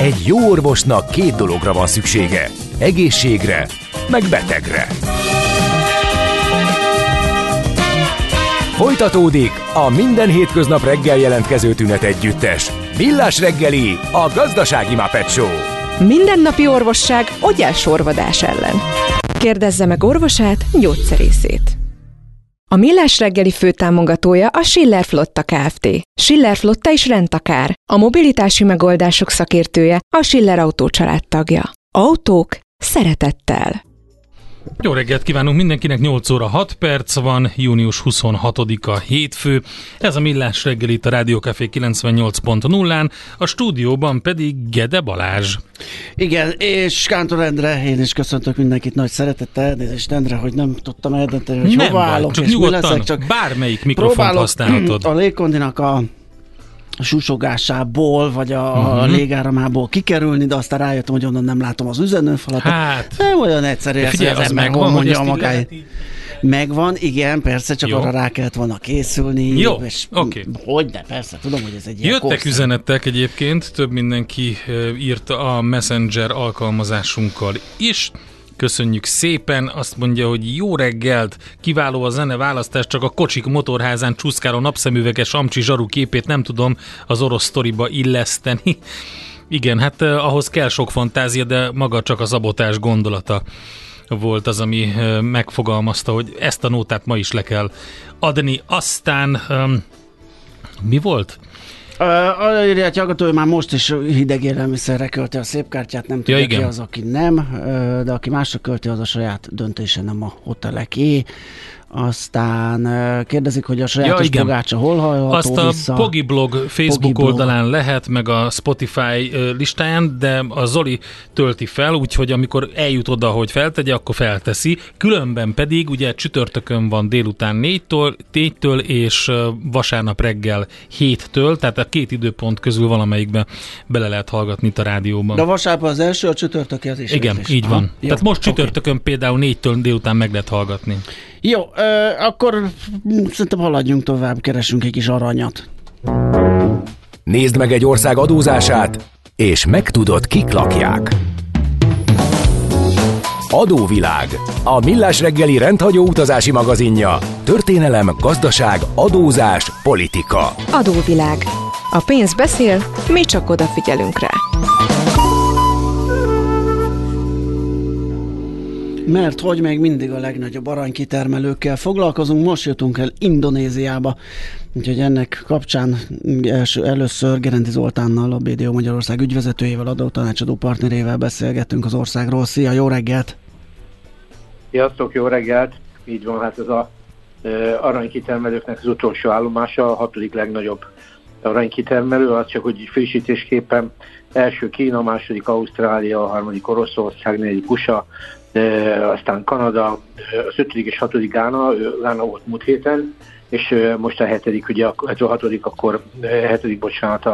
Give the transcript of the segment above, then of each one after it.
Egy jó orvosnak két dologra van szüksége. Egészségre, meg betegre. Folytatódik a minden hétköznap reggel jelentkező tünet együttes. Millás reggeli, a gazdasági Muppet Show. Mindennapi orvosság ogyásorvadás ellen. Kérdezze meg orvosát, gyógyszerészét. A Millás reggeli főtámogatója a Schiller Flotta Kft. Schiller Flotta is rendtakár. A mobilitási megoldások szakértője, a Schiller Autó család tagja. Autók szeretettel. Jó reggelt kívánunk mindenkinek, 8 óra 6 perc van, június 26-a hétfő. Ez a Millás reggel itt a Rádió Café 98.0-án, a stúdióban pedig Gede Balázs. Igen, és Kántor Endre, én is köszöntök mindenkit nagy szeretettel, elnézést Endre, hogy nem tudtam eldönteni, hogy nem hova állok, csak és nyugodtan, mi leszek, csak bármelyik mikrofont használhatod. A légkondinak a susogásából, vagy a légáramából kikerülni, de aztán rájöttem, hogy onnan nem látom az üzenőfalat. Hát, nem olyan egyszerű, hogy az ember mondja a magáit. Megvan, igen, persze, csak arra rá kellett volna készülni. Jó, és oké. Hogyne, persze, tudom, hogy ez egy ilyen Jöttek korszak. üzenetek egyébként, több mindenki írta a Messenger alkalmazásunkkal is. Köszönjük szépen, azt mondja, hogy jó reggelt, kiváló a zeneválasztás, csak a kocsik motorházán csúszkáló napszemüveges Amcsi Zsaru képét nem tudom az orosz sztoriba illeszteni. Igen, hát ahhoz kell sok fantázia, de maga csak a szabotás gondolata volt az, ami megfogalmazta, hogy ezt a nótát ma is le kell adni. Aztán mi volt? Írját hallgató, hogy már most is hideg élelmiszerre költi a szép kártyát, nem tudja ki az, aki nem, de aki másra költi, az a saját döntése, nem a hoteleké. Aztán kérdezik, hogy a sajátos pogácsa hol hallható azt vissza. A Pogiblog Facebook oldalán lehet, meg a Spotify listáján, de a Zoli tölti fel, úgyhogy amikor eljut oda, hogy feltegye, akkor felteszi. Különben pedig ugye csütörtökön van délután 4-től és vasárnap reggel 7-től, tehát a két időpont közül valamelyikbe bele lehet hallgatni itt a rádióban. De a vasárnap az első, a csütörtök az is. Igen, így van. Jó, tehát most csütörtökön például 4-től délután meg lehet hallgatni. Jó, akkor szerintem haladjunk tovább, keresünk egy kis aranyat. Nézd meg egy ország adózását, és megtudod, kik lakják. Adóvilág, a Millás reggeli rendhagyó utazási magazinja. Történelem, gazdaság, adózás, politika. Adóvilág. A pénz beszél, mi csak odafigyelünk rá. Mert hogy még mindig a legnagyobb aranykitermelőkkel foglalkozunk, most jutunk el Indonéziába, úgyhogy ennek kapcsán először Gerendi Zoltánnal, a BDO Magyarország ügyvezetőjével, adótanácsadó partnerével beszélgettünk az országról. Szia, jó reggelt! Sziasztok, jó reggelt! Így van, hát ez az aranykitermelőknek az utolsó állomása, a 6. legnagyobb aranykitermelő, az csak hogy frissítésképpen első Kína, második Ausztrália, a harmadik Oroszország, negyedik USA, aztán Kanada, az 5. és 6. Gána volt múlt héten, és most a 7. ugye a 6. akkor 7. bocsánat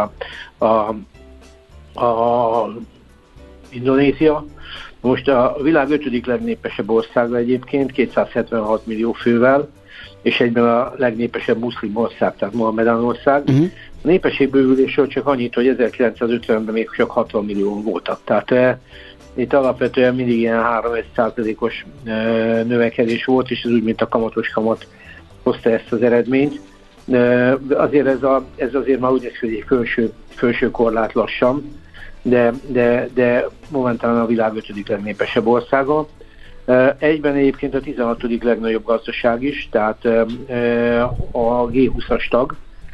a Indonézia. Most a világ 5. legnépesebb országa egyébként, 276 millió fővel, és egyben a legnépesebb muszlim ország, tehát Mohamedán ország. A népességbővülésről csak annyit, hogy 1950-ben még csak 60 millióan voltak. Tehát itt alapvetően mindig ilyen 3%-os növekedés volt, és ez úgy, mint a kamatos kamat hozta ezt az eredményt. Azért ez azért már úgy néz ki, hogy egy felső korlát lassan, de momentán a világ 5. legnépesebb országa. Egyben egyébként a 16. legnagyobb gazdaság is, tehát a G20-as tag,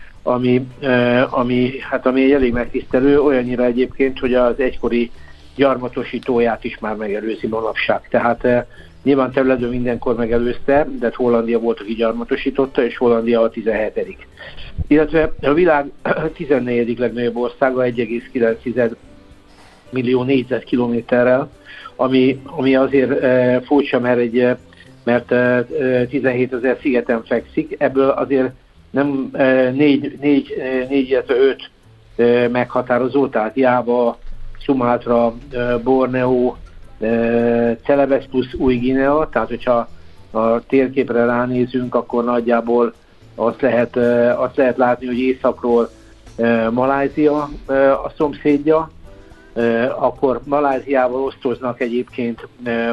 ami egy elég megtisztelő, olyannyira egyébként, hogy az egykori gyarmatosítóját is már megelőzi manapság. Tehát nyilván területben mindenkor megelőzte, de Hollandia volt, aki gyarmatosította, és Hollandia a 17. Illetve a világ 14. legnagyobb országa 1,9 millió négyzetkilométerrel, ami azért furcsa, mert 17 000 szigeten fekszik, ebből azért nem 4, illetve 5 meghatározó, tehát Jáva, Szumátra, Borneo, Celebes Új Guinea, tehát hogyha a térképre ránézünk, akkor nagyjából azt lehet látni, hogy északról Malajzia a szomszédja, akkor Maláziával osztoznak egyébként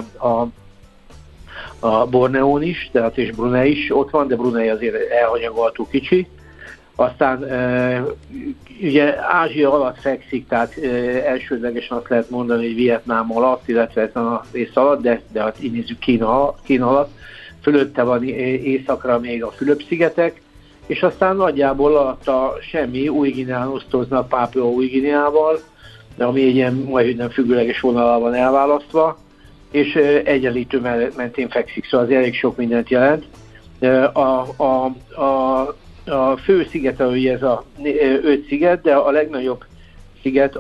a Borneón is, tehát és Brunei is ott van, de Brunei azért elhanyagolható kicsi. Aztán ugye Ázsia alatt fekszik, tehát elsődlegesen azt lehet mondani, hogy Vietnám alatt, illetve ezen a rész alatt, de hát így nézzük Kína alatt. Fölötte van északra még a Fülöp-szigetek, és aztán nagyjából alatta semmi, Új-Guineán osztoznak Pápua Új-Guineával, ami egy ilyen majdnem nem függőleges vonalal van elválasztva, és egyenlítő mentén fekszik, szóval az elég sok mindent jelent. A fő szigete ugye ez a 5 sziget, de a legnagyobb sziget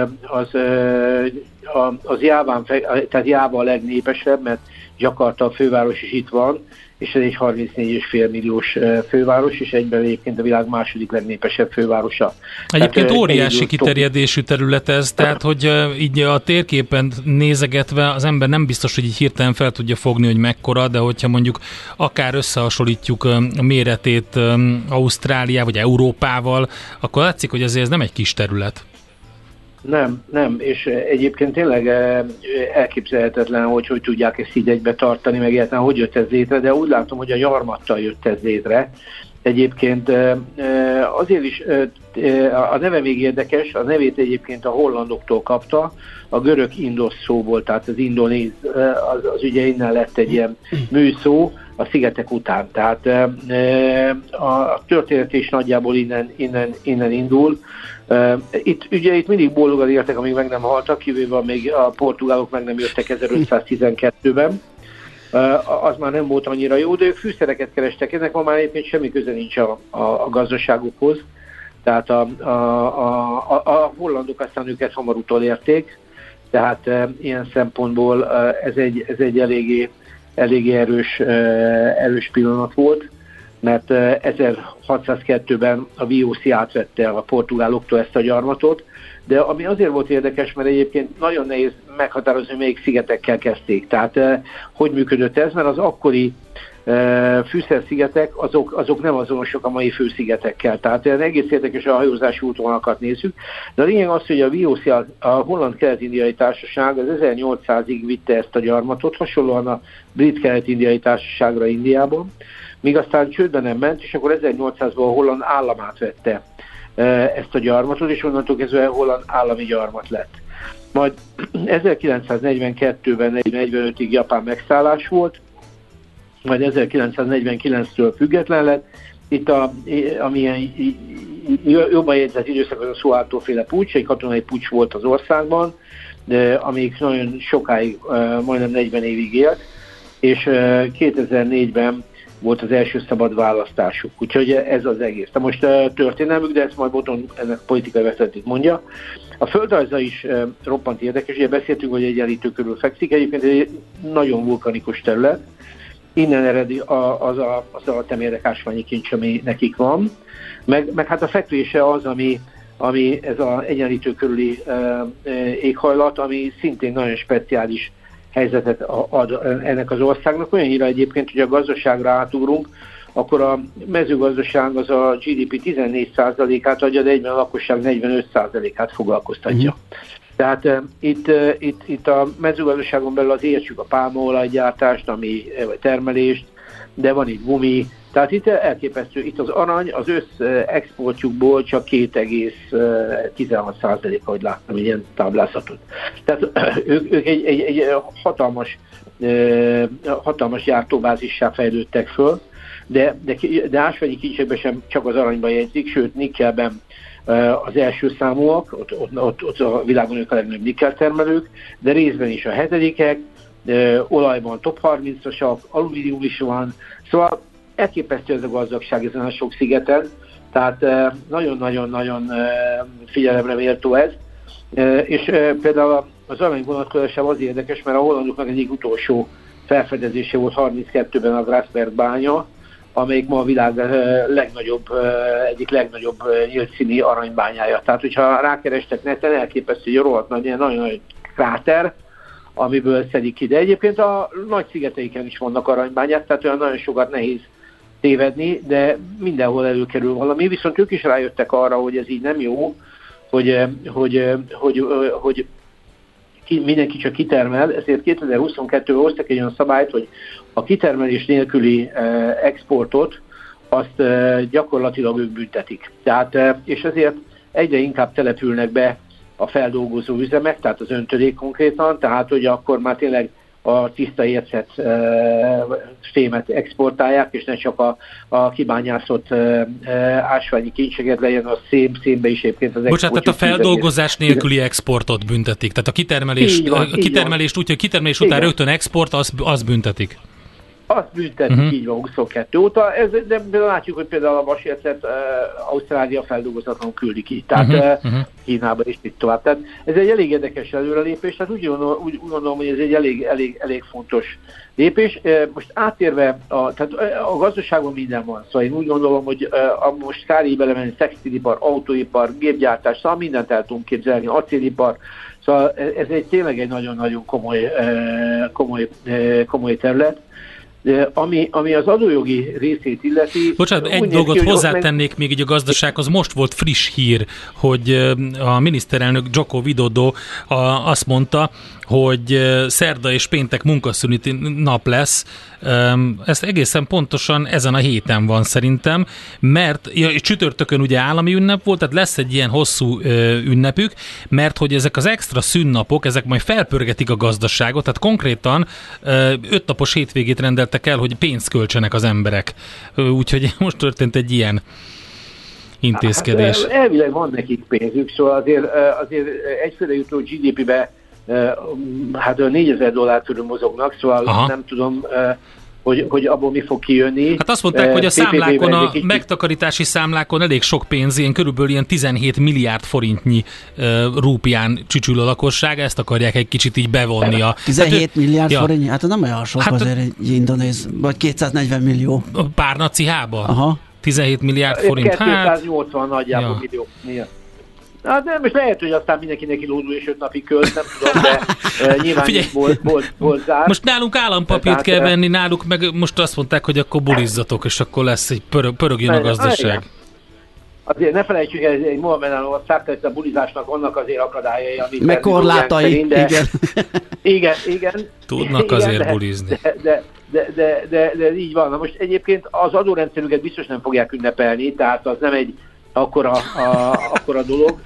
az Jáván, tehát Jáva a legnépesebb, mert Jakarta a főváros is itt van, és ez egy 34,5 milliós főváros, és egyben egyébként a világ második legnépesebb fővárosa. Egyébként tehát, óriási kiterjedésű terület ez, tehát hogy így a térképen nézegetve az ember nem biztos, hogy így hirtelen fel tudja fogni, hogy mekkora, de hogyha mondjuk akár összehasonlítjuk a méretét Ausztráliával vagy Európával, akkor látszik, hogy azért ez nem egy kis terület. Nem, és egyébként tényleg elképzelhetetlen, hogy tudják ezt így egybe tartani, meg egyáltalán hogy jött ez létre, de úgy látom, hogy a gyarmattal jött ez létre. Egyébként azért is a neve még érdekes, a nevét egyébként a hollandoktól kapta, a görög indosz szóból, tehát az indonéz, az ugye innen lett egy ilyen műszó a szigetek után. Tehát a történet is nagyjából innen indul. Itt mindig boldogan éltek, amíg meg nem haltak, kivéve még a portugálok meg nem jöttek 1512-ben. Az már nem volt annyira jó, de ők fűszereket kerestek, ennek ma már egyébként semmi köze nincs a gazdaságukhoz. Tehát a hollandok aztán őket hamar utolérték, tehát ilyen szempontból ez egy eléggé erős pillanat volt, mert 1602-ben a VOC átvette a portugáloktól ezt a gyarmatot, de ami azért volt érdekes, mert egyébként nagyon nehéz meghatározni, hogy melyik szigetekkel kezdték. Tehát hogy működött ez, mert az akkori fűszerszigetek azok nem azonosak a mai főszigetekkel. Tehát egész érdekes, a hajózási útvonalakat nézzük. De a lényeg az, hogy a VOC, a Holland Kelet-Indiai Társaság az 1800-ig vitte ezt a gyarmatot, hasonlóan a Brit Kelet-Indiai Társaságra Indiában, míg aztán csődbe nem ment, és akkor 1800-ban a holland állam átvette ezt a gyarmatot, és onnantól kezdve a holland állami gyarmat lett. Majd 1942-ben 45-ig japán megszállás volt, majd 1949-től független lett. Itt amilyen jobban jegyzett időszak az a Suharto-féle puccs, egy katonai puccs volt az országban, de amíg nagyon sokáig, majdnem 40 évig élt, és 2004-ben volt az első szabad választásuk. Úgyhogy ez az egész. De most történelmük, de ezt majd Boton ennek politikai vetületét mondja. A földrajza is roppant érdekes, ugye beszéltünk, hogy egyenlítő körül fekszik, egyébként egy nagyon vulkanikus terület. Innen ered az a temérdek ásványi kincs, ami nekik van. Meg hát a fekvése az, ami ez az egyenlítő körüli éghajlat, ami szintén nagyon speciális helyzetet ad ennek az országnak. Olyannyira egyébként, hogy a gazdaságra átugrunk, akkor a mezőgazdaság az a GDP 14%-át adja, de egyben a lakosság 45%-át foglalkoztatja. Tehát itt a mezőgazdaságon belül az értsük a pálmaolajgyártást, vagy termelést, de van itt gumi. Tehát itt elképesztő, itt az arany, az exportjukból csak 2,16%, ahogy láttam, egy ilyen táblázatot. Tehát ők egy hatalmas gyártóbázissá fejlődtek föl, de ásványi kincsekben sem csak az aranyban jegyzik, sőt nikkelben az első számúak, ott a világon ők a legnagyobb nikkel termelők, de részben is a hetedikek, olajban top 30-asak, alumínium is van, szóval elképesztő ez a gazdagság ezen a sok szigeten, tehát nagyon-nagyon-nagyon figyelemre méltó ez, és például az arany vonatkozásában az érdekes, mert a hollandoknak egyik utolsó felfedezése volt 32-ben a Grasberg bánya, amelyik ma a világ egyik legnagyobb nyíltszíni aranybányája. Tehát, hogyha rákerestek neten, elképesztő, hogy rohadt nagyon nagy kráter, amiből szedik ide. Egyébként a nagy szigeteiken is vannak aranybányák, tehát olyan nagyon sokat nehéz tévedni, de mindenhol előkerül valami. Viszont ők is rájöttek arra, hogy ez így nem jó, hogy mindenki csak kitermel, ezért 2022-ben hoztak egy olyan szabályt, hogy a kitermelés nélküli exportot azt gyakorlatilag ők büntetik. Tehát, és ezért egyre inkább települnek be a feldolgozó üzemek, tehát az öntödék konkrétan, tehát hogy akkor már tényleg a tiszta ércet fémet exportálják, és ne csak a kibányászott ásványi kincseket, legyen a szénbe is egyébként az export. Bocsánat, tehát a feldolgozás nélküli exportot büntetik. Tehát a kitermelést úgy, hogy kitermelés után rögtön export, az büntetik. Azt büntetik, így van, 22 óta. De látjuk, hogy például a vasércet Ausztrália feldolgozatlanul küldi ki. Tehát Kínába és itt tovább. Tehát ez egy elég érdekes előrelépés, tehát úgy gondolom, hogy ez egy elég fontos lépés. Most átérve, tehát a gazdaságban minden van, szóval én úgy gondolom, hogy most kár így belemenni szextilipar, autóipar, gépgyártás, szóval mindent el tudunk képzelni, acélipar, szóval ez tényleg egy nagyon-nagyon komoly terület. Ami az adójogi részét illeti... Bocsánat, egy dolgot hozzátennék még így a gazdasághoz. Most volt friss hír, hogy a miniszterelnök Joko Widodo azt mondta, hogy szerda és péntek munkaszüneti nap lesz. Ez egészen pontosan ezen a héten van szerintem, mert csütörtökön ugye állami ünnep volt, tehát lesz egy ilyen hosszú ünnepük, mert hogy ezek az extra szünnapok, ezek majd felpörgetik a gazdaságot, tehát konkrétan 5 napos hétvégét rendeltek el, hogy pénzt költsenek az emberek. Úgyhogy most történt egy ilyen intézkedés. Hát, elvileg van nekik pénzük, szóval azért egyfőre jutó GDP-be hát $4000 körül mozognak, szóval nem tudom, hogy abból mi fog kijönni. Hát azt mondták, hogy a számlákon, a megtakarítási számlákon elég sok pénz, körülbelül ilyen 17 milliárd forintnyi rúpián csücsül a lakosság, ezt akarják egy kicsit így bevonni. 17 milliárd forintnyi? Hát nem olyan sok azért egy indonéz, vagy 240 millió. Pár nacihába? Aha. 17 milliárd forint. 280 nagyjából millió. Hát nem, most lehet, hogy aztán mindenkinek kilódul és 5 napig költ, nem tudom, de nyilván volt zár. Most nálunk állampapírt kell venni, náluk meg most azt mondták, hogy akkor bulizzatok, és akkor lesz egy pörögjön a gazdaság. Azért ne felejtsük, ez egy Mohamed ország, tehát a bulizásnak vannak azért akadályai, amit... Meg korlátai, igen. Tudnak azért bulizni. De így van. Na most egyébként az adórendszerüket biztos nem fogják ünnepelni, tehát az nem egy akkora dolog,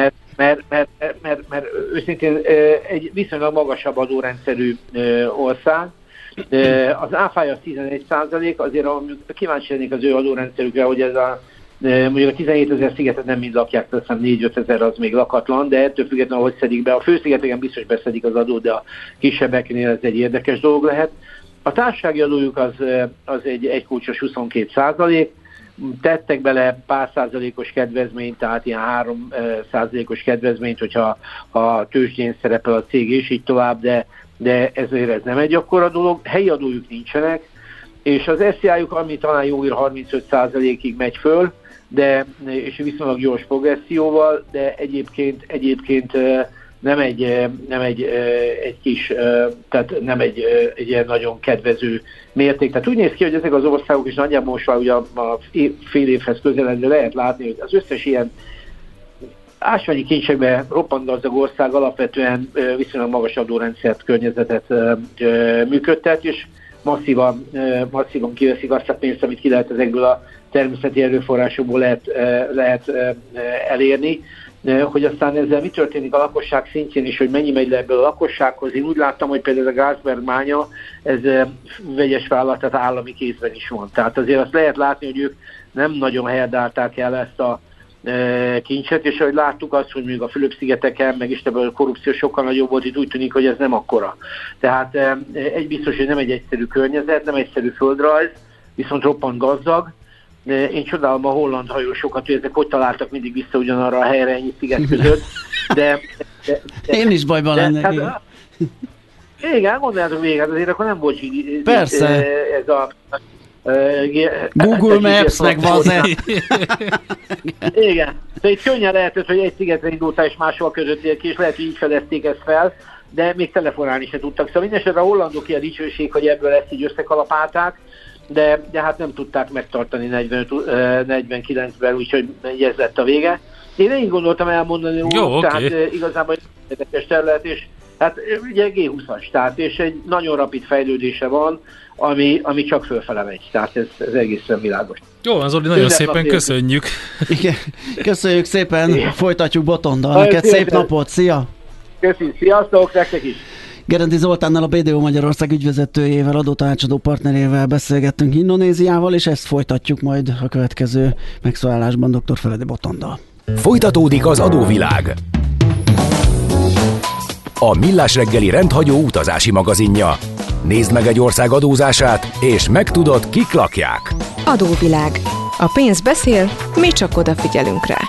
mert őszintén egy viszonylag magasabb adórendszerű ország. Az áfája 11%, azért kíváncsi lennék az ő adórendszerükre, hogy ez mondjuk a 17 000 szigetet nem mind lakják, teszem 4-5 000 az még lakatlan, de ettől függetlenül, hogy szedik be. A főszigeteken biztos beszedik az adót, de a kisebbeknél ez egy érdekes dolog lehet. A társasági adójuk az egy kulcsos 22%, tettek bele pár százalékos kedvezményt, tehát ilyen 3%-os kedvezményt, hogyha a tőzsdén szerepel a cég és így tovább, de ezért ez nem egy akkora dolog. Helyi adójuk nincsenek, és az SZIA-juk, ami talán jóír 35%-ig megy föl, és viszonylag gyors progresszióval, de egyébként nem egy kis, tehát nem egy ilyen nagyon kedvező mérték. Tehát úgy néz ki, hogy ezek az országok is nagyjából most már ugye a fél évhez közeledve lehet látni, hogy az összes ilyen ásványi kincsekben roppant gazdag ország alapvetően viszonylag magas adórendszert, környezetet működtet, és masszívan kiveszik azt a pénzt, amit ki lehet ezekből a természeti erőforrásokból lehet elérni. Hogy aztán ezzel mi történik a lakosság szintjén, és hogy mennyi megy le ebből a lakossághoz. Én úgy láttam, hogy például a Gázberg mánya, ez vegyes vállalat, tehát állami kézben is van. Tehát azért azt lehet látni, hogy ők nem nagyon helyreállták el ezt a kincset, és ahogy láttuk azt, hogy még a Fülöp-szigeteken, meg is ebből a korrupció sokkal nagyobb volt, itt úgy tűnik, hogy ez nem akkora. Tehát egy biztos, hogy nem egy egyszerű környezet, nem egyszerű földrajz, viszont roppant gazdag. Én csodálom a holland hajósokat, hogy ezek hogy találtak mindig vissza ugyanarra a helyre ennyi sziget között, de én is bajban lennék. Hát, igen, gondoljátok végig, azért akkor nem volt persze. Ez a Google Maps meg van. Igen, de itt könnyen lehetett, hogy egy szigetre indultál és máshol között ki, és lehet, hogy így fedezték ezt fel, de még telefonálni se tudtak. Szóval mindenesetre a hollandok ilyen dicsőség, hogy ebből ezt így összekalapálták, de hát nem tudták megtartani 49-ben, úgyhogy ez lett a vége. Én így gondoltam elmondani, Jó, tehát okay. Igazából egy érdekes terület, és hát ugye G20-as, tehát és egy nagyon rapid fejlődése van, ami csak fölfele megy, tehát ez egészen világos. Jó, az Zoli, nagyon szépen köszönjük. Igen, köszönjük szépen, folytatjuk Botondal. Neked szép napot, szia! Köszönjük, sziasztok, nektek is! Gerendi Zoltánnal, a BDO Magyarország ügyvezetőjével, adótanácsadó partnerével beszélgettünk Indonéziával, és ezt folytatjuk majd a következő megszólalásban dr. Feledi Botondal. Folytatódik az adóvilág. A Millás reggeli rendhagyó utazási magazinja. Nézd meg egy ország adózását, és megtudod, kik lakják. Adóvilág. A pénz beszél, mi csak odafigyelünk rá.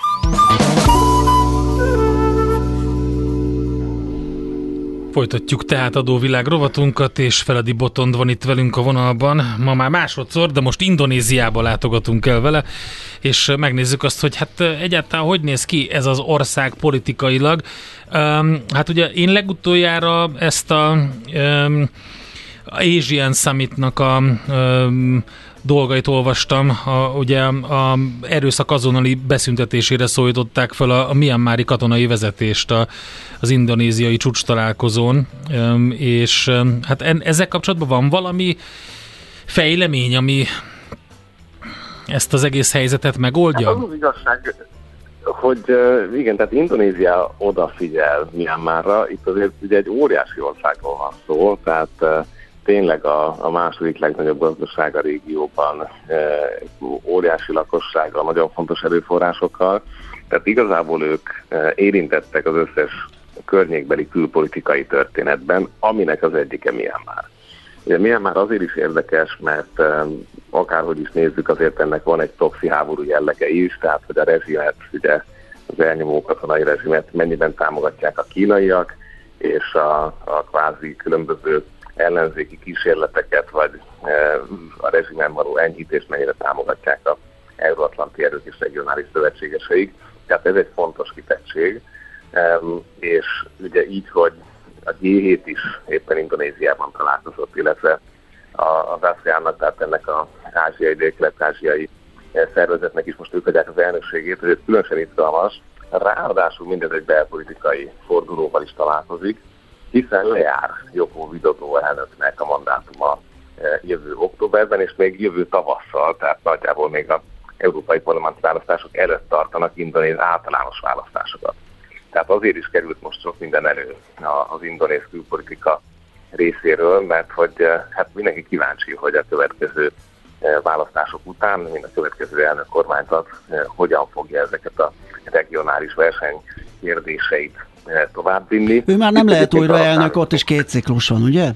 Folytatjuk tehát adóvilág rovatunkat, és Feledi Botond van itt velünk a vonalban. Ma már másodszor, de most Indonéziába látogatunk el vele, és megnézzük azt, hogy hát egyáltalán hogy néz ki ez az ország politikailag. Hát ugye én legutoljára ezt a Asian Summitnak a dolgait olvastam, ugye a erőszak azonnali beszüntetésére szólították fel a mianmári katonai vezetést az indonéziai csúcs találkozón, és hát ezzel kapcsolatban van valami fejlemény, ami ezt az egész helyzetet megoldja? Hát az igazság, hogy igen, tehát Indonézia odafigyel Myanmarra, itt azért ugye egy óriási országról van szó, tehát tényleg a második legnagyobb gazdaság a régióban, óriási lakossággal, nagyon fontos erőforrásokkal, tehát igazából ők érintettek az összes környékbeli külpolitikai történetben, aminek az egyike Myanmar. Ugye Myanmar azért is érdekes, mert akárhogy is nézzük, azért ennek van egy proxy háború jellege is, tehát hogy a rezsimet, ugye az elnyomó katonai rezsimet mennyiben támogatják a kínaiak, és a kvázi különböző ellenzéki kísérleteket, vagy a rezsimen való enyhítést mennyire támogatják az euróatlanti erők és regionális szövetségeseik. Tehát ez egy fontos kitettség, és ugye így, hogy a G7 is éppen Indonéziában találkozott, illetve az ASEAN-nak, tehát ennek az ázsiai, dél-kelet-ázsiai szervezetnek is most ők adják az elnökségét, hogy ez különösen izgalmas. Ráadásul mindez egy belpolitikai fordulóval is találkozik, hiszen lejár Joko Widodo elnöknek a mandátuma jövő októberben, és még jövő tavasszal, tehát nagyjából még az európai parlamenti választások előtt tartanak indonéz általános választásokat. Tehát azért is került most sok minden elő az indonéz külpolitika részéről, mert hogy hát mindenki kíváncsi, hogy a következő választások után, mind a következő elnök kormányzat hogyan fogja ezeket a regionális verseny kérdéseit továbbvinni. Ő már nem lehet újra elnök, ott is 2 ciklus van, ugye?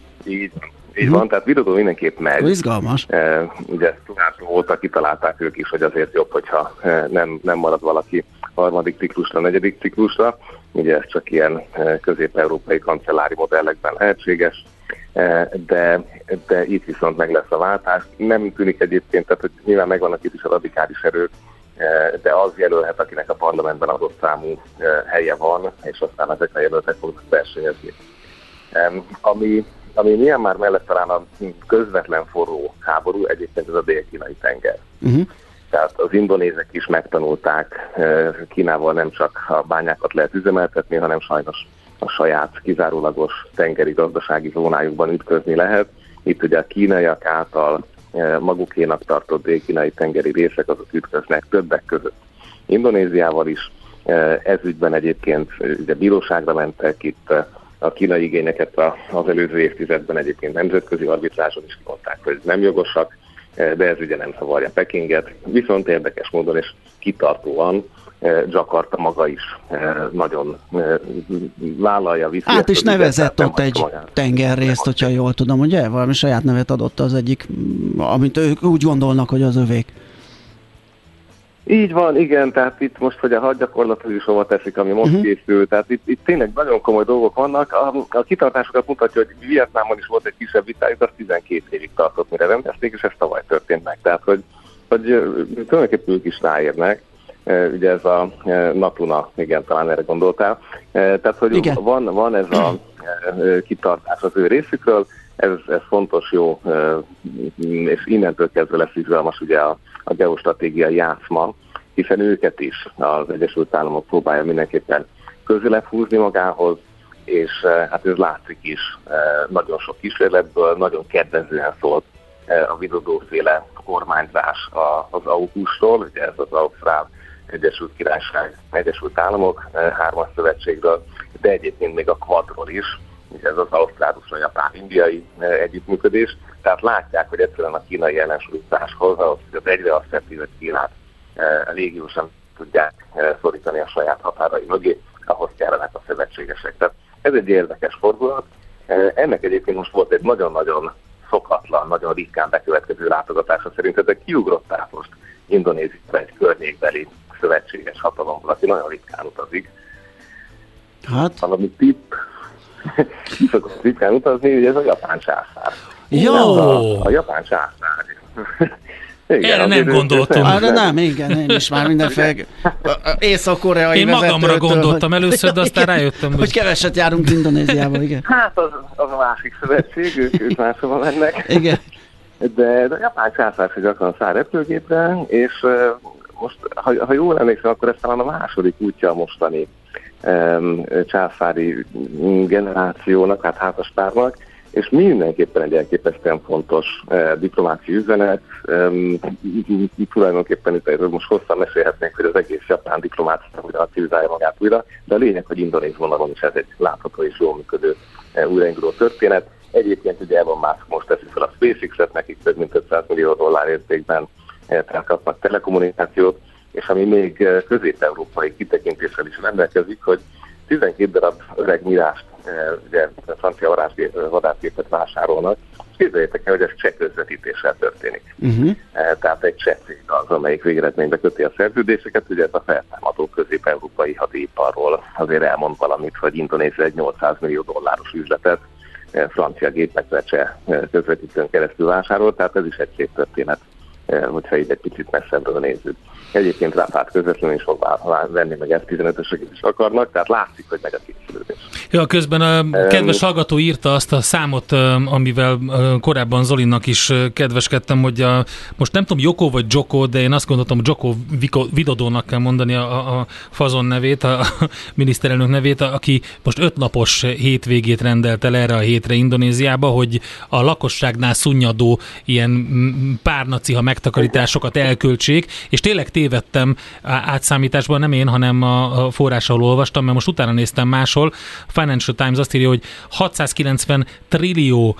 Így van, tehát Widodo mindenképp megy. Izgalmas. Ugye Sztunától óta kitalálták ők is, hogy azért jobb, hogyha nem marad valaki harmadik ciklusra, negyedik ciklusra. Ugye ez csak ilyen közép-európai kancellári modellekben lehetséges, de itt viszont meg lesz a váltás. Nem tűnik egyébként, tehát hogy nyilván megvannak itt is a radikális erők, de az jelölhet, akinek a parlamentben adott számú helye van, és aztán ezek a jelöltek fognak versenyezni. Ami Myanmar mellett talán a közvetlen forró háború, egyébként ez a dél-kínai tenger. Tehát az indonézek is megtanulták, Kínával nem csak a bányákat lehet üzemeltetni, hanem sajnos a saját kizárólagos tengeri gazdasági zónájukban ütközni lehet. Itt ugye a kínaiak által magukénak tartott dél-kínai tengeri részek azok ütköznek többek között Indonéziával is. Ez ügyben egyébként ugye bíróságra mentek, itt a kínai igényeket az előző évtizedben egyébként nemzetközi arbitrázson is mondták, hogy nem jogosak, de ez ugye nem zavarja Pekinget. Viszont érdekes módon és kitartóan Jakarta maga is nagyon vállalja, viszi. Át is nevezett ott egy tengerrészt, hogyha jól tudom, ugye? Valami saját nevet adott az egyik, amit ők úgy gondolnak, hogy az övék. Így van, igen, tehát itt most, hogy a hadgyakorlatot is hova teszik, ami most készül, tehát itt tényleg nagyon komoly dolgok vannak. A kitartásokat mutatja, hogy Vietnámon is volt egy kisebb vitájuk, az 12 évig tartott, mire rendezték, és ez tavaly történt meg. Tehát, hogy tulajdonképpen ők is ráérnek. Ugye ez a Natuna, igen, talán erre gondoltál. Tehát, hogy van ez a kitartás az ő részükről, ez fontos, jó, és innentől kezdve lesz izgalmas ugye a geostratégiai játszma, hiszen őket is az Egyesült Államok próbálja mindenképpen közelebb húzni magához, és hát ez látszik is nagyon sok kísérletből, nagyon kedvezően szólt a Widodo-féle kormányzás az AUKUS-ról, ugye ez az Ausztrál Egyesült Királyság, Egyesült Államok hármas szövetségről, de egyébként még a Quadról is, ugye ez az ausztrál-japán-indiai együttműködés, tehát látják, hogy egyszerűen a kínai ellensúlyozáshoz, ahhoz, hogy az egyre asszertív Kínát légiósan tudják szorítani a saját határai mögé, ahhoz kellenek a szövetségesek. Tehát ez egy érdekes fordulat. Ennek egyébként most volt egy nagyon-nagyon szokatlan, nagyon ritkán bekövetkező látogatása. Szerintetek kiugrott át most Indonéziába egy környékbeli szövetséges hatalomból, aki nagyon ritkán utazik. Hát? Valami tipp. Szokott ritkán utazni, ugye ez a japán császár. Jó! A japán császár. Igen, erre nem gondoltam. Arra nem, igen, én is már mindenféle észak-koreai vezetőtől. Én magamra gondoltam először, de aztán rájöttem, hogy keveset járunk Indonéziába, igen. Hát az a másik szövetség, ők máshova mennek. Igen. De a japán császár se gyakran száll repülőgépre, és most, ha jól emlékszem, akkor ez talán a második útja a mostani császári generációnak, hát házaspárnak, és mindenképpen egy elképesztően fontos diplomáciai üzenet. Tulajdonképpen itt most hosszan mesélhetnénk, hogy az egész japán diplomácia újra aktivizálja magát újra, de a lényeg, hogy indonéz vonalon is ez egy látható és jól működő újrainduló történet. Egyébként ugye Elon Musk most teszi fel a SpaceX-et, nekik több mint $500 millió értékben kapnak telekommunikációt, és ami még közép-európai kitekintéssel is rendelkezik, hogy 12 darab öreg Mirást, ugye francia vadászgépet vásárolnak, és képzeljétek el, hogy ez cseh közvetítéssel történik. Tehát egy cseh cég az, amelyik végeredménybe köti a szerződéseket, ugye ez a feltámadó közép-európai hadiiparról azért elmond valamit, hogy Indonézia egy $800 millió üzletet francia gépekre cseh közvetítőn keresztül vásárolt, tehát ez is egy szép történet, hogyha így egy picit messzebbről nézzük. Egyébként Rafale közvetlenül is fog venni, meg F-15-öseket is akarnak, tehát látszik, hogy megy a készülődés. Ja, közben a kedves hallgató írta azt a számot, amivel korábban Zolinnak is kedveskedtem, hogy most nem tudom, Joko vagy Joko, de én azt gondoltam, Joko Widodónak kell mondani a fazon nevét, a miniszterelnök nevét, aki most 5 napos hétvégét rendelt el erre a hétre Indonéziába, hogy a lakosságnál szunnyadó ilyen párnaciha megtakarításokat elköltsék, és tényleg tévedtem átszámításban, nem én, hanem a forrás, ahol olvastam, mert most utána néztem máshol. A Financial Times azt írja, hogy 690 trillió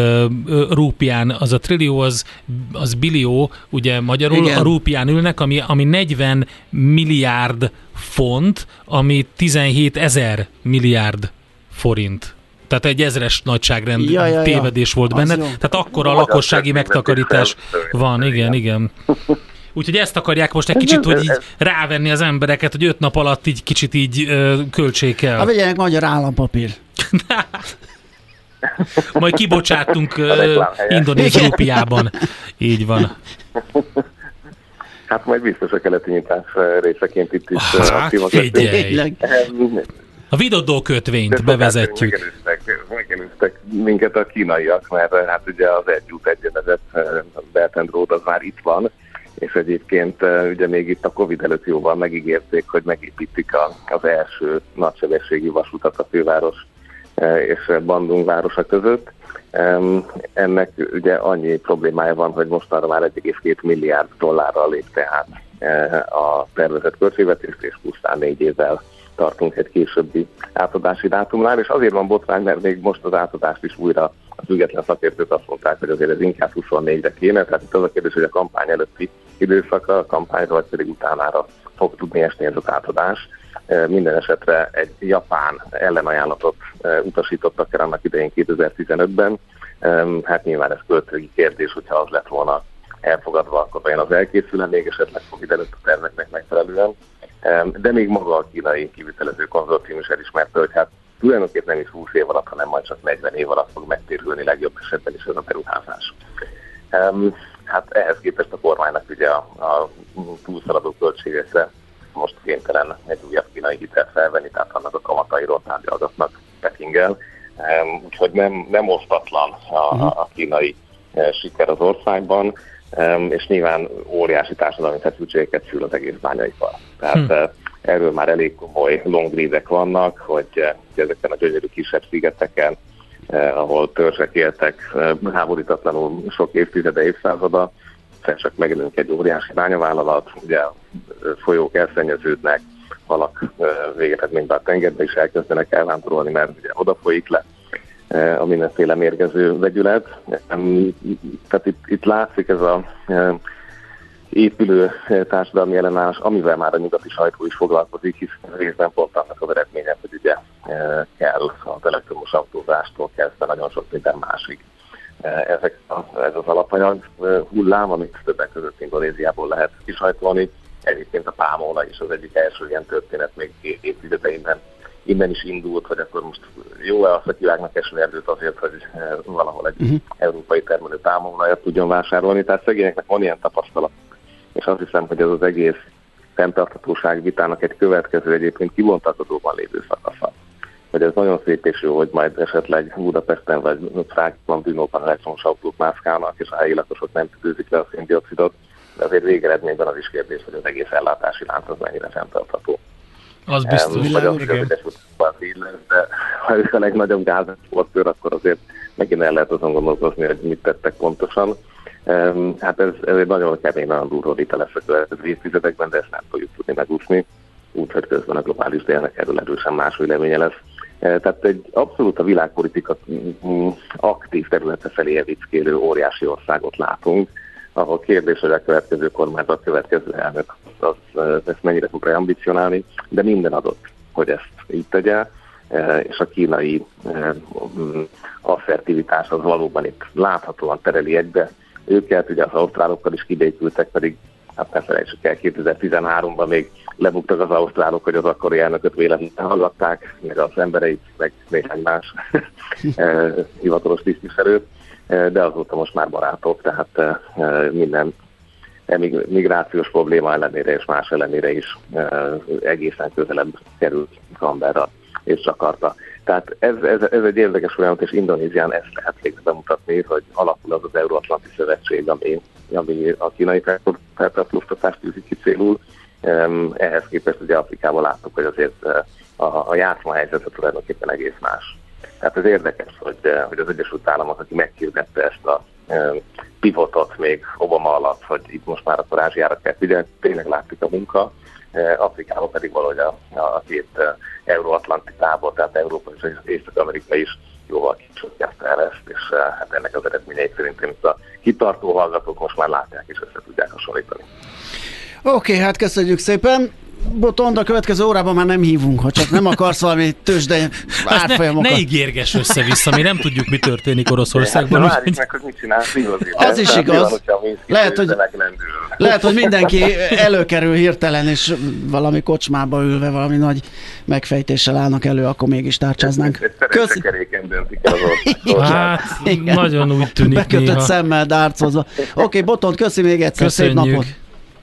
rúpián, az a trillió az billió, ugye magyarul, igen. A rúpián ülnek, ami 40 milliárd font, ami 17 000 milliárd forint. Tehát egy 1000-es nagyságrend tévedés volt benne. Tehát akkora a lakossági megtakarítás van, igen. Úgyhogy ezt akarják most egy kicsit, hogy így rávenni az embereket, hogy 5 nap alatt így kicsit így költsék el. Vegyenek magyar állampapír. Majd kibocsátunk indonéz rupiában. Így van. Hát majd biztos a keleti nyitás részeként itt is. Hát figyelj! A Widodo kötvényt bevezetjük. Megelőztek minket a kínaiak, mert hát ugye az egy egyenezett Belt and Road az már itt van, és egyébként ugye még itt a Covid előtt jóval megígérték, hogy megépítik az első nagysebességű vasutat a főváros és Bandung városa között. Ennek ugye annyi problémája van, hogy mostanra már $1,2 milliárd lépte át a tervezett költségvetést, és pusztán 4 évvel tartunk egy későbbi átadási dátumnál, és azért van botrány, mert még most az átadást is újra a független szakértők azt mondták, hogy azért ez inkább 24-re kéne, tehát itt az a kérdés, hogy a kampány előtti időszaka, a kampányra vagy pedig utánára fog tudni esni ez az átadás. Minden esetre egy japán ellenajánlatot utasítottak el annak idején 2015-ben. Hát nyilván ez költői kérdés, hogyha az lett volna elfogadva, akkor olyan az elkészül, még esetleg fog előtt a terveknek megfelelően. De még maga a kínai kivitelező konzorcium is elismerte, hogy hát tulajdonképpen nem is 20 év alatt, hanem majd csak 40 év alatt fog megtérülni legjobb esetben is ez a beruházás. Hát ehhez képest a kormánynak ugye a túlszaladó költségekre most kénytelen egy újabb kínai hitelt felvenni, tehát annak a kamatairól tárgyalgatnak Pekinggel. Úgyhogy nem osztatlan a kínai siker az országban. és nyilván óriási társadalmi feszültségeket szül az egész bányaipar. Tehát erről már elég komoly long lead-ek vannak, hogy ezeken a gyönyörű kisebb szigeteken, ahol törzsek éltek háborítatlanul sok évtizede, évszázada, csak megjelenik egy óriási bányavállalat, ugye folyók elszennyeződnek, halak végeredményben a tengerbe is elkezdenek elvándorolni, mert ugye oda folyik le a mindenféle mérgező vegyület. Tehát itt látszik ez a épülő társadalmi ellenállás, amivel már a nyugati sajtó is foglalkozik, hiszen részben pont annak az eredménye, hogy ugye kell az elektromos autózástól kezdve nagyon sok minden másik. Ez az alapanyag hullám, amit többek között Indonéziából lehet kisajtolni. Egyébként a pálmaolaj is az egyik első ilyen történet még évtizedeiben innen is indult, hogy akkor most jó-e azt, hogy kivágnak esőerdőt azért, hogy valahol egy európai termelő pálmaolajat tudjon vásárolni. Tehát szegényeknek van ilyen tapasztalat. És azt hiszem, hogy ez az egész fenntarthatóság vitának egy következő, egyébként kibontakozóban lévő szakasza. Hogy ez nagyon szép és jó, hogy majd esetleg Budapesten vagy Prágában, Brnóban elektromos autók mászkálnak, és a helyi lakosok nem tükrözik le a széndioxidot, de azért végeredményben az is kérdés, hogy az egész ellátási lánc az mennyire fenntartható. Az biztos. Vagy az, hogy így lesz, de ha ők a legnagyobb gázexportőr, akkor azért megint el lehet azon gondolkozni, hogy mit tettek pontosan. Hát ez egy nagyon kemény, nagyon durva vita lesz a következő évtizedekben, de ezt nem fogjuk tudni megúszni. Úgyhogy közben a globális délnek erről erősen más véleménye lesz. Tehát egy abszolút a világpolitika aktív területe felé evickélő óriási országot látunk, ahol kérdés, hogy a következő kormányzat, a következő elnök ezt mennyire fogja ambicionálni, de minden adott, hogy ezt így tegye, és a kínai asszertivitás az valóban itt láthatóan tereli egybe őket, ugye az ausztrálokkal is kibékültek, pedig hát ne felejtsük el, 2013-ban még lebuktak az ausztrálok, hogy az akkori elnököt véletlenül hallgatták, meg az embereit, meg néhány más hivatalos tisztviselőt, de azóta most már barátok, tehát minden migrációs probléma ellenére és más ellenére is egészen közelebb került Canberra és Jakarta. Tehát ez egy érdekes folyamat, és Indonézián ezt lehet végre bemutatni, hogy alapul az az Euró-Atlanti Szövetség, ami a kínai feltartóztatást tűzi ki célul. Ehhez képest ugye Afrikában láttuk, hogy azért a játszmahelyzet tulajdonképpen egész más. Tehát ez érdekes, hogy az Egyesült Államok, aki meghirdette ezt a pivotot még Obama alatt, hogy itt most már akkor Ázsiára kell figyelni, tényleg látszik a munka, Afrikában pedig valahogy a két Euró-Atlanti tábor, tehát Európa és Észak-Amerika is jóval kicsökkentette el ezt, és hát ennek az eredményeit szerintem itt a kitartó hallgatók most már látják és össze tudják hasonlítani. Oké, hát köszönjük szépen. Botond, a következő órában már nem hívunk, ha csak nem akarsz valami tőzsde árfolyamokat. Ne ígérgess össze-vissza, mi nem tudjuk, mi történik Oroszországban. Várjuk meg, hogy mit csinálsz igazi. Az is igaz. Lehet, hogy mindenki előkerül hirtelen, és valami kocsmába ülve valami nagy megfejtéssel állnak elő, akkor mégis tárcsáznánk. Szerencsekeréken döntik el az országot. Hát, nagyon úgy tűnik bekötött néha. szemmel dárcozva. Oké, Botond, köszi még egyszer, Köszönjük. szép napot.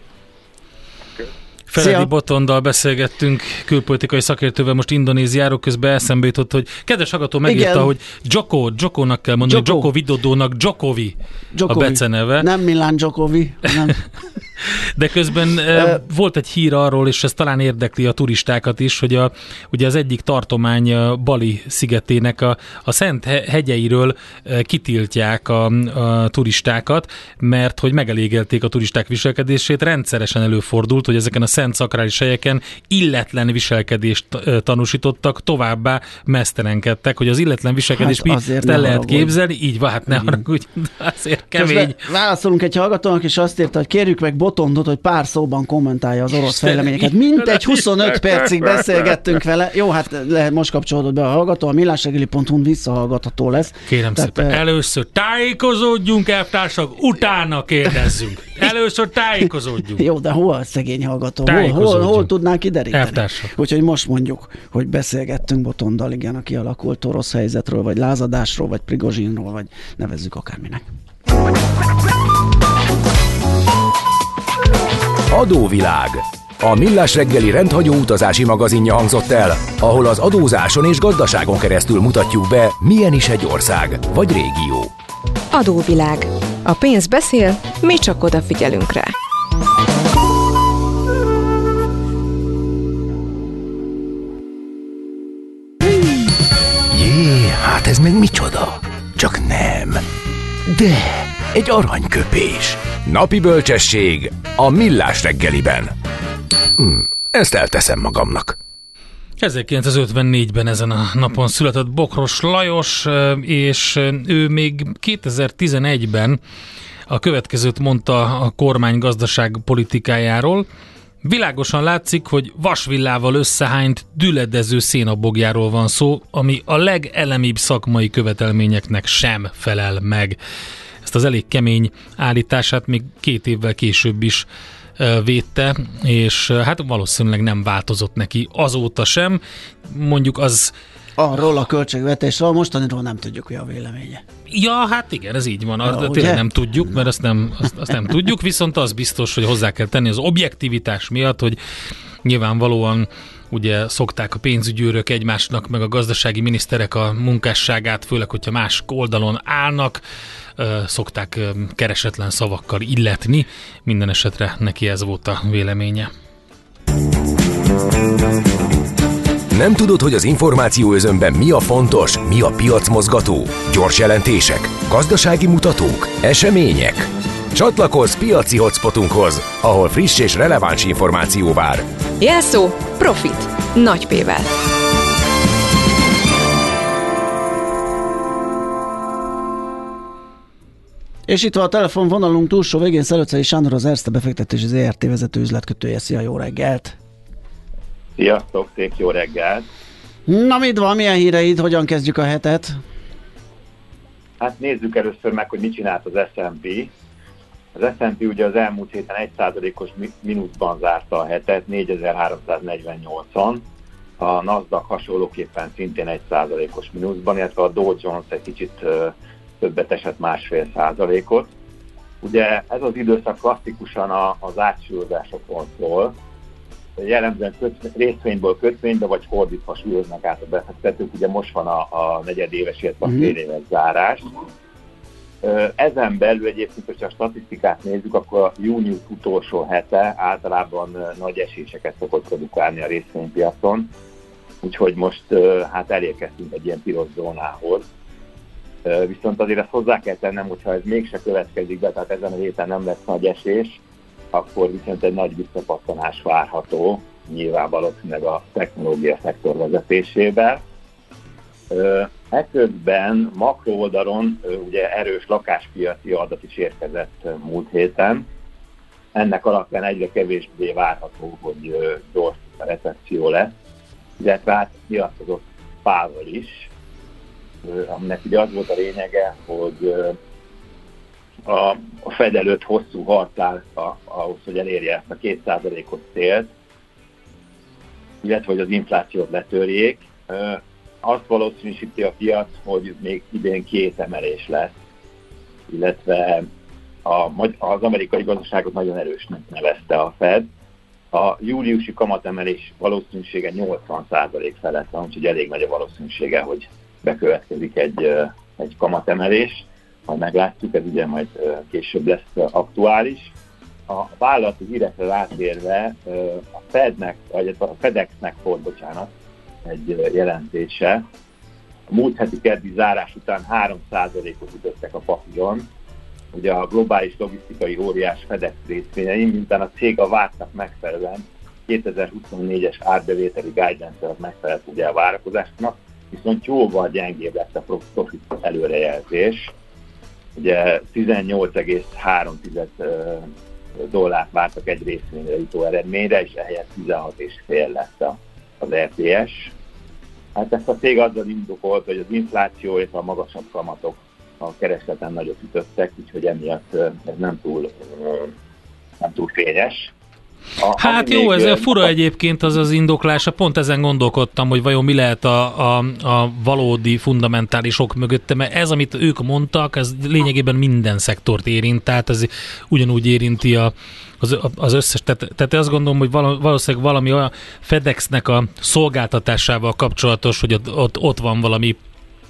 Feledi Botonddal beszélgettünk, külpolitikai szakértővel most Indonéziáról, közben eszembe jutott, hogy kedves hallgató megírta, igen, hogy Jokónak kell mondani, Joko Widodónak Djokovi a beceneve. Nem Milan Djokovi, nem. De közben volt egy hír arról, és ez talán érdekli a turistákat is, hogy ugye az egyik tartomány Bali szigetének a Szent hegyeiről kitiltják a turistákat, mert hogy megelégelték a turisták viselkedését. Rendszeresen előfordult, hogy ezeken a szent szakrális helyeken illetlen viselkedést tanúsítottak, továbbá mesztelenkedtek, hogy az illetlen viselkedést mit el lehet képzelni. Így van, hát ne haragudj, azért kemény. Közben válaszolunk egy hallgatónak, és azt írta, hogy kérjük meg Botondot, hogy pár szóban kommentálja az orosz fejleményeket. Mintegy 25 percig beszélgettünk vele. Jó, hát most kapcsolódott be a hallgató, a millásreggeli.hu-n visszahallgatható lesz. Kérem szépen, először tájékozódjunk, elvtársak, utána kérdezzünk. Először tájékozódjunk. Jó, de hol a szegény hallgató? Hol tudnánk kideríteni? Elvtársak. Úgyhogy most mondjuk, hogy beszélgettünk Botonddal, igen, a kialakult orosz helyzetről, vagy lázadásról, vagy Prigozsinról, vagy nevezzük akárminek. Adóvilág. A Millás reggeli rendhagyó utazási magazinja hangzott el, ahol az adózáson és gazdaságon keresztül mutatjuk be, milyen is egy ország vagy régió. Adóvilág. A pénz beszél, mi csak odafigyelünk rá. Jé, hát ez meg micsoda? Csak nem. De, egy aranyköpés. Napi bölcsesség a Millás reggeliben. Ezt elteszem magamnak. 1954-ben ezen a napon született Bokros Lajos, és ő még 2011-ben a következőt mondta a kormány gazdaságpolitikájáról. Világosan látszik, hogy vasvillával összehányt, düledező szénabogjáról van szó, ami a legelemibb szakmai követelményeknek sem felel meg. Ezt az elég kemény állítását még 2 évvel később is védte, és hát valószínűleg nem változott neki azóta sem. Mondjuk az... Arról a költségvetésről, mostaniról nem tudjuk, hogy a véleménye. Ja, hát igen, ez így van. Ja, tényleg nem tudjuk, mert azt nem tudjuk, viszont az biztos, hogy hozzá kell tenni az objektivitás miatt, hogy nyilvánvalóan ugye szokták a pénzügyőrök egymásnak, meg a gazdasági miniszterek a munkásságát, főleg, hogyha más oldalon állnak, szokták keresetlen szavakkal illetni. Minden esetre neki ez volt a véleménye. Nem tudod, hogy az információ özönben mi a fontos, mi a piacmozgató? Gyors jelentések, gazdasági mutatók, események? Csatlakozz piaci hotspotunkhoz, ahol friss és releváns információ vár. Jelszó Profit. Nagy P-vel. És itt van a telefonvonalunk túlsó végén Szelőczei Sándor, az Erste befektetési ZRT vezető üzletkötője. Szia, jó reggelt! Sziasztok, szép jó reggelt! Na mit van, milyen híreid, hogyan kezdjük a hetet? Hát nézzük először meg, hogy mit csinált az S&P. Az S&P ugye az elmúlt héten 1%-os mínuszban zárta a hetet, 4348-on. A Nasdaq hasonlóképpen szintén 1%-os mínuszban, illetve a Dow Jones egy kicsit többet esett 1,5%-ot. Ugye ez az időszak klasszikusan az átsúlyozásokról szól. Jellemzően részvényből kötvénybe, vagy fordítva súlyoznak át a befektetők. Ugye most van a negyedéves, illetve a fél éves zárás. Ezen belül egyébként, hogyha a statisztikát nézzük, akkor a június utolsó hete általában nagy eséseket szokott produkálni a részvénypiacon. Úgyhogy most hát elérkeztünk egy ilyen piros zónához. Viszont azért ezt hozzá kell tennem, hogyha ez mégse következik be, tehát ezen a héten nem lesz nagy esés, akkor viszont egy nagy visszapattanás várható, nyilván valószínűleg a technológia szektor vezetésével. Ekközben makro oldalon ugye erős lakáspiaci adat is érkezett múlt héten. Ennek alapján egyre kevésbé várható, hogy gyors recesszió lesz, illetve hát piacozott Powell is, aminek ugye az volt a lényege, hogy a Fed előtt hosszú harc áll ahhoz, hogy elérje ezt a 2%-os célt, illetve hogy az inflációt letörjék. Azt valószínűsíti a piac, hogy még idén 2 emelés lesz, illetve az amerikai gazdaságot nagyon erősnek nevezte a Fed. A júliusi kamatemelés valószínűsége 80% felett van, úgyhogy elég nagy a valószínűsége, hogy bekövetkezik egy kamatemelés. Majd meglátjuk, ez ugye majd később lesz aktuális. A vállalati hírekre rátérve a Fednek, vagy a FedExnek volt, bocsánat, egy jelentése. A múlt heti keddi zárás után 3%-ot ütöttek a papíron. Ugye a globális logisztikai óriás FedEx részvényei, miután a cég a vártnak megfelelően 2024-es árbevételi guidance-nek megfelelt ugye a várakozásnak, viszont jóval gyengébb lett a profit előrejelzés. Ugye 18,3 dollárt vártak egy részvényre jutó eredményre, és ehelyett 16,5 lett az RTS. Hát ezt a cég azzal indokolt, hogy az infláció és a magasabb kamatok a keresleten nagyot ütöttek, úgyhogy emiatt ez nem túl fényes. Hát jó, ez fura egyébként az indoklása, pont ezen gondolkodtam, hogy vajon mi lehet a valódi fundamentális ok mögötte, mert ez, amit ők mondtak, ez lényegében minden szektort érint, tehát ez ugyanúgy érinti az összes, tehát azt gondolom, hogy valószínűleg valami olyan FedExnek a szolgáltatásával kapcsolatos, hogy ott van valami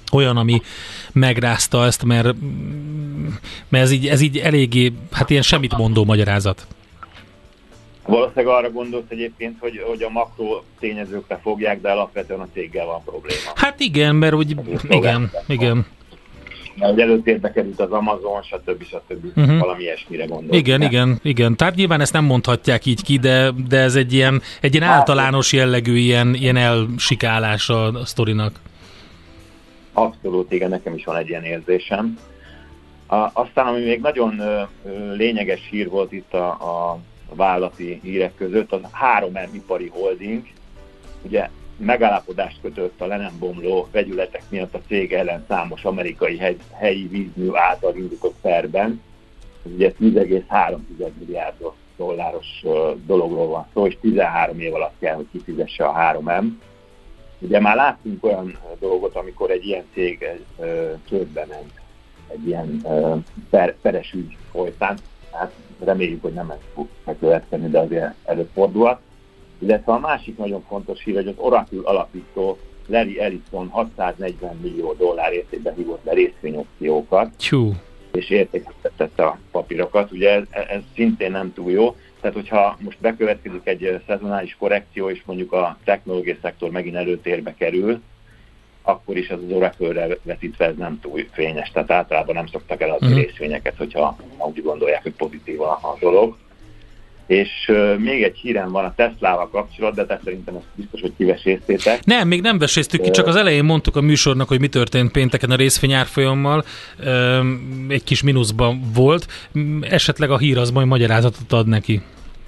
olyan, ami megrázta ezt, mert ez így eléggé, hát ilyen semmit mondó magyarázat. Valószínűleg arra gondolsz egyébként, hogy a makro tényezőkre fogják, de alapvetően a céggel van probléma. Hát igen, mert úgy, igen. Mert előtérbe került az Amazon, stb. Valami ilyesmire gondolsz. Igen. Tehát nyilván ezt nem mondhatják így ki, de ez egy ilyen általános jellegű ilyen elsikálás a sztorinak. Abszolút, igen, nekem is van egy ilyen érzésem. Aztán, ami még nagyon lényeges hír volt itt a vállalati hírek között, az 3M ipari holding, ugye megállapodást kötött a le nem bomló vegyületek miatt a cég ellen számos amerikai helyi vízmű által indított perben. Ez ugye 10,3 milliárd dolláros dologról van szó, és 13 év alatt kell, hogy kifizesse a 3M. Ugye már láttunk olyan dolgot, amikor egy ilyen cég csődbe ment, egy ilyen peres ügy folytán. Hát reméljük, hogy nem ez fog megkövetkezni, de azért előfordulhat. Illetve a másik nagyon fontos hír, hogy az Oracle alapító Larry Ellison 640 millió dollár értékben hívott le részvényopciókat, és értékesítette a papírokat. Ugye ez szintén nem túl jó. Tehát, hogyha most bekövetkezik egy szezonális korrekció, és mondjuk a technológiai szektor megint előtérbe kerül, akkor is az Oracle-re vetítve ez nem túl fényes. Tehát általában nem szoktak eladni részvényeket, hogyha úgy gondolják, hogy pozitív a dolog. És még egy hírem van a Teslával kapcsolatban, de szerintem ezt biztos, hogy kiveséztétek. Nem, még nem veséztük ki, csak az elején mondtuk a műsornak, hogy mi történt pénteken a részvényárfolyammal. Egy kis mínuszban volt. Esetleg a hír az majd magyarázatot ad neki.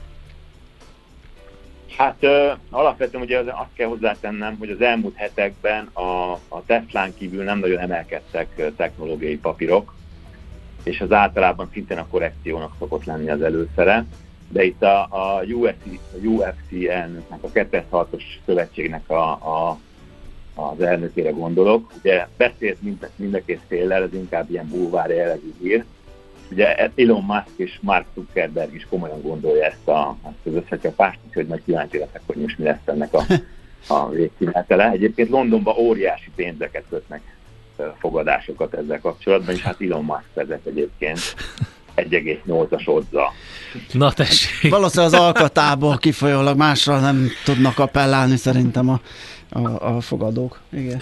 Hát alapvetően ugye azt kell hozzátennem, hogy az elmúlt hetekben a Teslán kívül nem nagyon emelkedtek technológiai papírok, és az általában szintén a korrekciónak szokott lenni az előszere. De itt a UFC elnöknek, a 206-os szövetségnek az elnökére gondolok. Ugye beszélt mind a két féllel, ez inkább ilyen bulvár jellegű hír. Ugye Elon Musk és Mark Zuckerberg is komolyan gondolja ezt az összecsapást, úgyhogy majd kíváncsi leszek, hogy most mi lesz ennek a végkimenetele. Egyébként Londonban óriási pénzeket kötnek fogadásokat ezzel kapcsolatban, és hát Elon Musk vezet egyébként 1,8-as oddzal. Na tessék. Valószínűleg az alkatából kifolyólag másra nem tudnak appellálni szerintem a fogadók. Igen.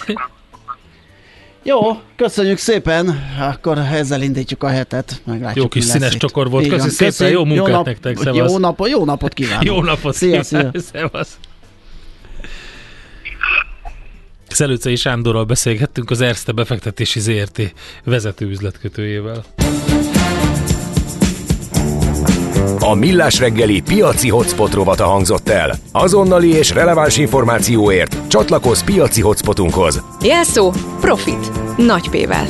Jó, köszönjük szépen, akkor ezzel indítjuk a hetet. Meglátjuk, jó kis színes csokor volt, köszi szépen, jó munkát nektek, szevasz. Jó napot kívánok. Jó napot, szia. Szevasz. Szelőcei Sándorral beszélgettünk, az Erste befektetési ZRT vezető üzletkötőjével. A Millás reggeli piaci hotspot rovata hangzott el. Azonnali és releváns információért csatlakozz piaci hotspotunkhoz. Jelszó Profit. Nagy P-vel.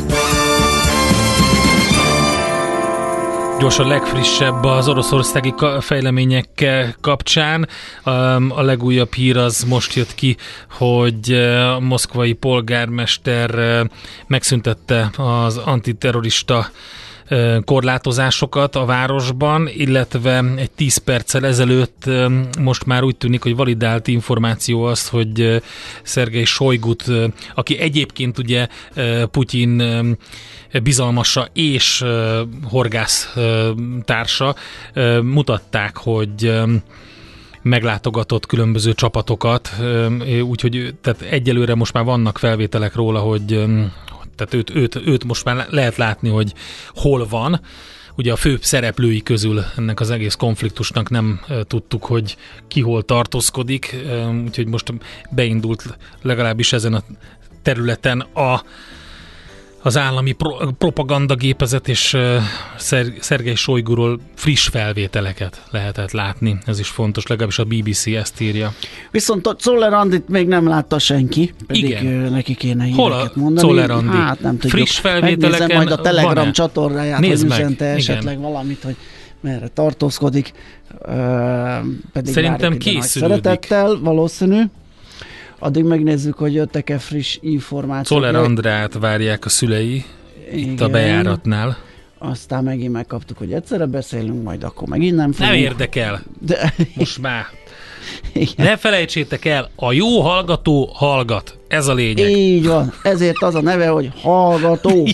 Gyors a legfrissebb az oroszországi fejlemények kapcsán. A legújabb hír az most jött ki, hogy a moszkvai polgármester megszüntette az antiterrorista korlátozásokat a városban, illetve egy 10 perccel ezelőtt most már úgy tűnik, hogy validált információ az, hogy Szergej Sojgut, aki egyébként ugye Putyin bizalmasa és horgásztársa, mutatták, hogy meglátogatott különböző csapatokat, úgyhogy tehát egyelőre most már vannak felvételek róla, hogy tehát őt most már lehet látni, hogy hol van. Ugye a fő szereplői közül ennek az egész konfliktusnak nem tudtuk, hogy ki hol tartózkodik, úgyhogy most beindult legalábbis ezen a területen az állami propagandagépezet, és Szergej Sojguról friss felvételeket lehetett látni. Ez is fontos, legalábbis a BBC ezt írja. Viszont a Czoller Andit még nem látta senki, pedig igen. Neki kéne híreket mondani. Czoller Andi? Hát nem tudjuk. Friss felvételeken megnézem majd a Telegram csatornáját, hogy üzente esetleg igen. valamit, hogy merre tartózkodik. Pedig szerintem készülődik. Szeretettel, valószínű. Addig megnézzük, hogy jöttek-e friss információk. Czoller Andrát várják a szülei itt a bejáratnál. Aztán megint megkaptuk, hogy egyszerre beszélünk, majd akkor megint nem fogunk. Nem érdekel. De... Most már. Ne felejtsétek el, a jó hallgató hallgat. Ez a lényeg. Így van. Ezért az a neve, hogy hallgató.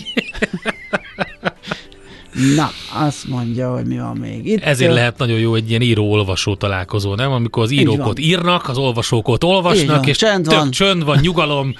Na, azt mondja, hogy mi van még itt. Ezért lehet nagyon jó egy ilyen író-olvasó találkozó, nem? Amikor az írók ott írnak, az olvasók ott olvasnak, és tök csönd van, nyugalom.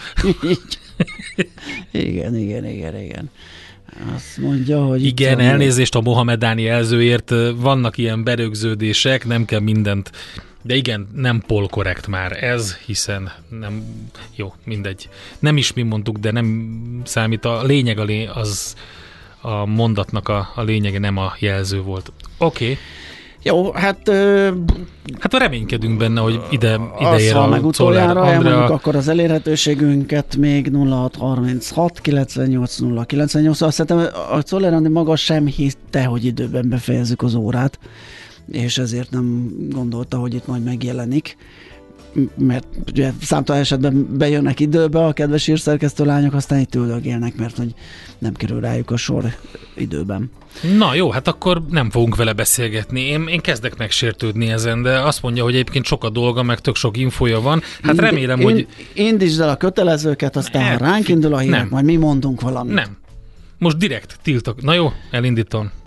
Igen. Azt mondja, hogy... Igen, elnézést a mohamedáni jelzőért, vannak ilyen berögződések, nem kell mindent, de igen, nem polkorrekt már ez, hiszen nem, jó, mindegy. Nem is mi mondtuk, de nem számít, a lényeg az a mondatnak a lényege nem a jelző volt. Oké. Jó, hát reménykedünk benne, hogy ide ér a meg utoljára. Elmondjuk akkor az elérhetőségünket még 0636 98 098. Azt hiszem, a Czoller Andi maga sem hitte, hogy időben befejezzük az órát, és ezért nem gondolta, hogy itt majd megjelenik, mert ugye számtalan esetben bejönnek időbe a kedves hírszerkesztő lányok, aztán itt üldögélnek, mert hogy nem kerül rájuk a sor időben. Na jó, hát akkor nem fogunk vele beszélgetni. Én kezdek megsértődni ezen, de azt mondja, hogy egyébként sok a dolga, meg tök sok infója van. Hát remélem, hogy... Indítsd el a kötelezőket, aztán ha ránk indul a hírek, majd mi mondunk valamit. Nem. Most direkt tiltok. Na jó, elindítom.